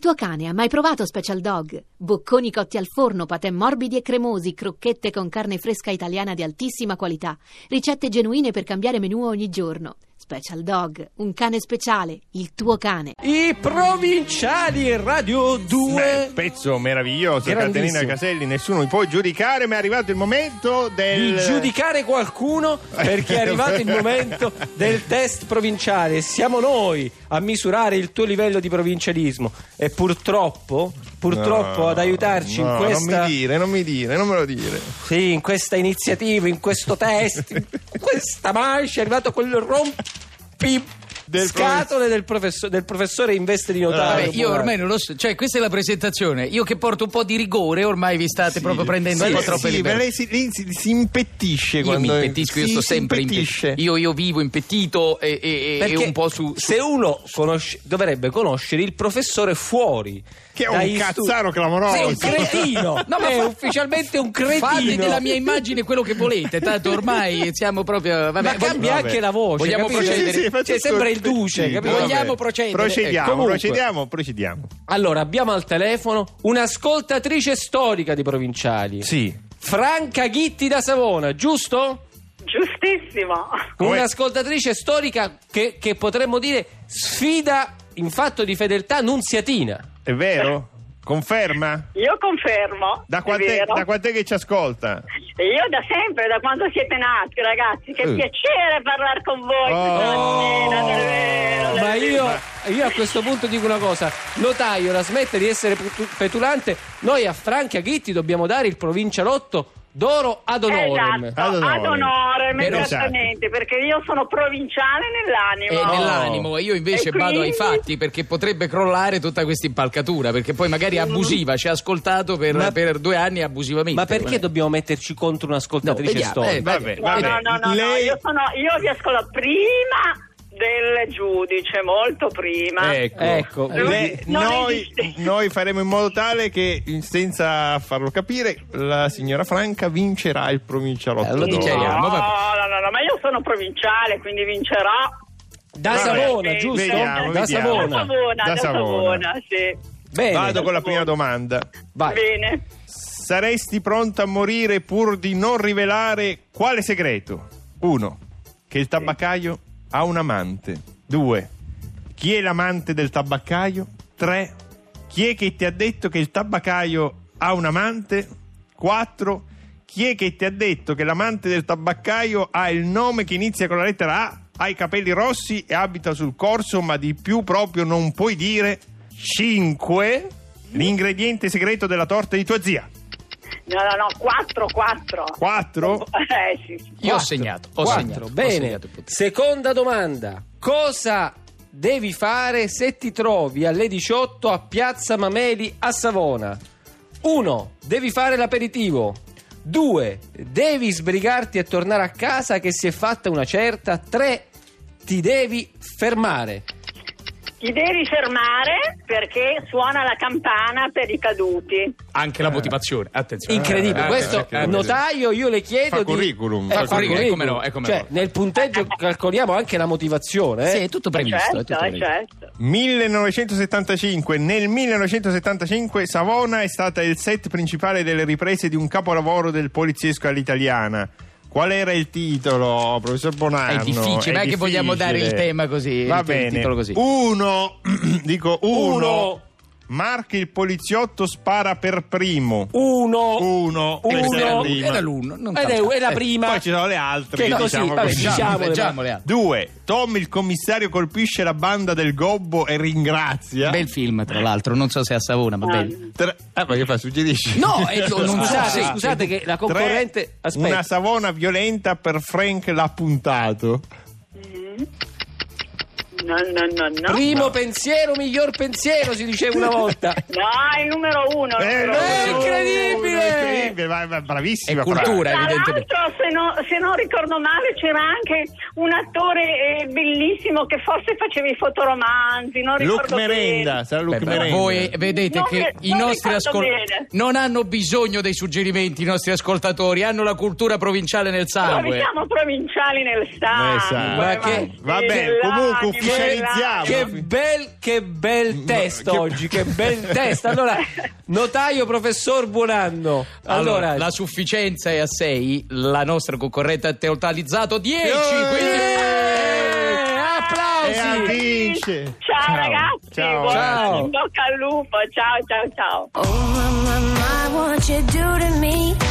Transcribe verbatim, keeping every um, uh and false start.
tuo cane ha mai provato Special Dog? Bocconi cotti al forno, patè morbidi e cremosi, crocchette con carne fresca italiana di altissima qualità, ricette genuine per cambiare menù ogni giorno. Special Dog, un cane speciale, il tuo cane. I Provinciali Radio due. Beh, pezzo meraviglioso, Caterina Caselli, nessuno mi può giudicare, ma è arrivato il momento del... di giudicare qualcuno, perché è arrivato il momento del test provinciale. Siamo noi a misurare il tuo livello di provincialismo e purtroppo purtroppo no, ad aiutarci no, in questa... non mi dire, non mi dire, non me lo dire. Sì, in questa iniziativa, in questo test, in questa mancia è arrivato quel rompi del scatole del, professor, del professore in veste di notaio. Vabbè, io ormai non lo so, cioè questa è la presentazione. Io che porto un po' di rigore, ormai vi state sì, proprio prendendo sì, un po' troppe sì, libertà. Lei si, lei si, si impettisce io quando mi impettisco, io si, sto si sempre impettisce. impe- io, io vivo impettito e, e, e un po' su, su... Se uno conosce, dovrebbe conoscere il professore fuori, che è un cazzaro clamoroso. Sei un cretino. No, ma è ufficialmente un cretino. Fate della mia immagine quello che volete, tanto ormai siamo proprio... Vabbè, ma cambia vabbè. anche la voce. Vogliamo capisci? procedere? Sì, sì, cioè, sembra il duce. Sì, vogliamo vabbè. procedere? Procediamo, Comunque, procediamo, procediamo. Allora, abbiamo al telefono un'ascoltatrice storica di Provinciali. Sì. Franca Ghitti da Savona, giusto? Giustissimo. Un'ascoltatrice storica che, che potremmo dire sfida in fatto di fedeltà nunziatina. È vero? Conferma? Io confermo. Da quant'è, da quant'è che ci ascolta? Io da sempre, da quando siete nati, ragazzi. Che Uh. piacere parlare con voi. Oh. Questa mattina, davvero, Ma davvero. io, io a questo punto dico una cosa: notaio, la smette di essere petulante. Noi a Franca Ghitti dobbiamo dare il provincialotto d'oro ad onorem. Esatto, Ad ad onorem. onorem, Però- esattamente, perché io sono provinciale nell'animo. E Oh. nell'animo, io invece E vado ai quindi? fatti, perché potrebbe crollare tutta questa impalcatura, perché poi magari è abusiva, ci ha ascoltato per, Ma- per due anni abusivamente. Ma perché dobbiamo metterci contro un'ascoltatrice No, vediamo, storica? eh, Vabbè, No, vabbè. no, no, no, Lei... no, io, sono, io vi ascolto prima del giudice, molto prima. Ecco, Ecco. Le- Non noi, esiste. noi faremo in modo tale che, senza farlo capire, la signora Franca vincerà il provincialotto. Eh, lo d'oro. dichiariamo. No, vabbè. no, no, no, ma io sono provinciale, quindi vincerò. Da Vabbè, Savona, sì, giusto? vediamo, da vediamo. Savona. Da Savona, Da da Savona. Savona, sì. Bene. Vado con la prima domanda. Vai. Bene. Saresti pronta a morire pur di non rivelare quale segreto? Uno, che il tabaccaio ha un amante. Due, chi è l'amante del tabaccaio? Tre, chi è che ti ha detto che il tabaccaio ha un amante? Quattro, chi è che ti ha detto che l'amante del tabaccaio ha il nome che inizia con la lettera A, ha i capelli rossi e abita sul corso, ma di più proprio non puoi dire? Cinque, l'ingrediente segreto della torta di tua zia. No, no, no, quattro, quattro. Quattro? Eh, sì, sì. Io ho Quattro. segnato, ho Quattro. segnato. ho Bene. segnato il punto. Seconda domanda. Cosa devi fare se ti trovi alle diciotto a Piazza Mameli a Savona? Uno, devi fare l'aperitivo. Due, devi sbrigarti e tornare a casa che si è fatta una certa. Tre, ti devi fermare. Ti devi fermare perché suona la campana per i caduti. Anche la motivazione, attenzione. Incredibile. Eh, Questo perché- eh, notaio, io le chiedo Fa di curriculum. Eh, Fa fa curriculum, curriculum. come no, eh, come Cioè, no. nel punteggio calcoliamo anche la motivazione, eh? Sì, è tutto previsto, è Certo, tutto eh, previsto. certo. millenovecentosettantacinque. Nel millenovecentosettantacinque Savona è stata il set principale delle riprese di un capolavoro del poliziesco all'italiana. Qual era il titolo, professor Bonanno? È difficile, ma è che vogliamo dare il tema così, Va il bene. titolo così. Uno, dico uno. Uno. Marchi il poliziotto spara per primo. Uno. Uno. Questa è la Uno. prima. Era l'uno, non Ed è, tanto. è la Eh, prima. Poi ci sono le altre. Che che così, diciamo vabbè, così. diciamole, leggiamole altre. Due. Tom il commissario colpisce la banda del gobbo e ringrazia. Bel film, tra l'altro, non so se è a Savona, ma bello. Tre- Ah, ma che fa? Suggerisci? No, eh, non so Scusate, se- scusate che la concorrente... Tre, Aspetta. una Savona violenta per Frank l'ha puntato. No, no, no, no. Primo pensiero, miglior pensiero, si diceva una volta. No, il numero uno. il Eh, numero è uno. incredibile! incredibile, ma- ma bravissima. È cultura, Tra evidentemente. l'altro, se, no- se non ricordo male, c'era anche un attore eh, bellissimo che forse faceva i fotoromanzi. Non Luc ricordo Merenda, bene. sarà Luc Beh, beh, Merenda. voi vedete Non che mi- i non nostri ricordo ascoltatori bene. non hanno bisogno dei suggerimenti, i nostri ascoltatori hanno la cultura provinciale nel Noi sangue. siamo provinciali nel sangue. Eh, sa. Ma che- Va bene, comunque Che ufficializziamo. Che bel, che bel test che- oggi, che bel test. Allora, notaio professor Buonanno. Allora, Allora, la sufficienza è a sei, la nostra concorrente ha totalizzato dieci, Eh! quindi eh, E applausi. a vince. Ciao, Ciao. ragazzi, Ciao, buona- ciao. in bocca al lupo, ciao ciao ciao. Oh, my, my, my, what you do to me?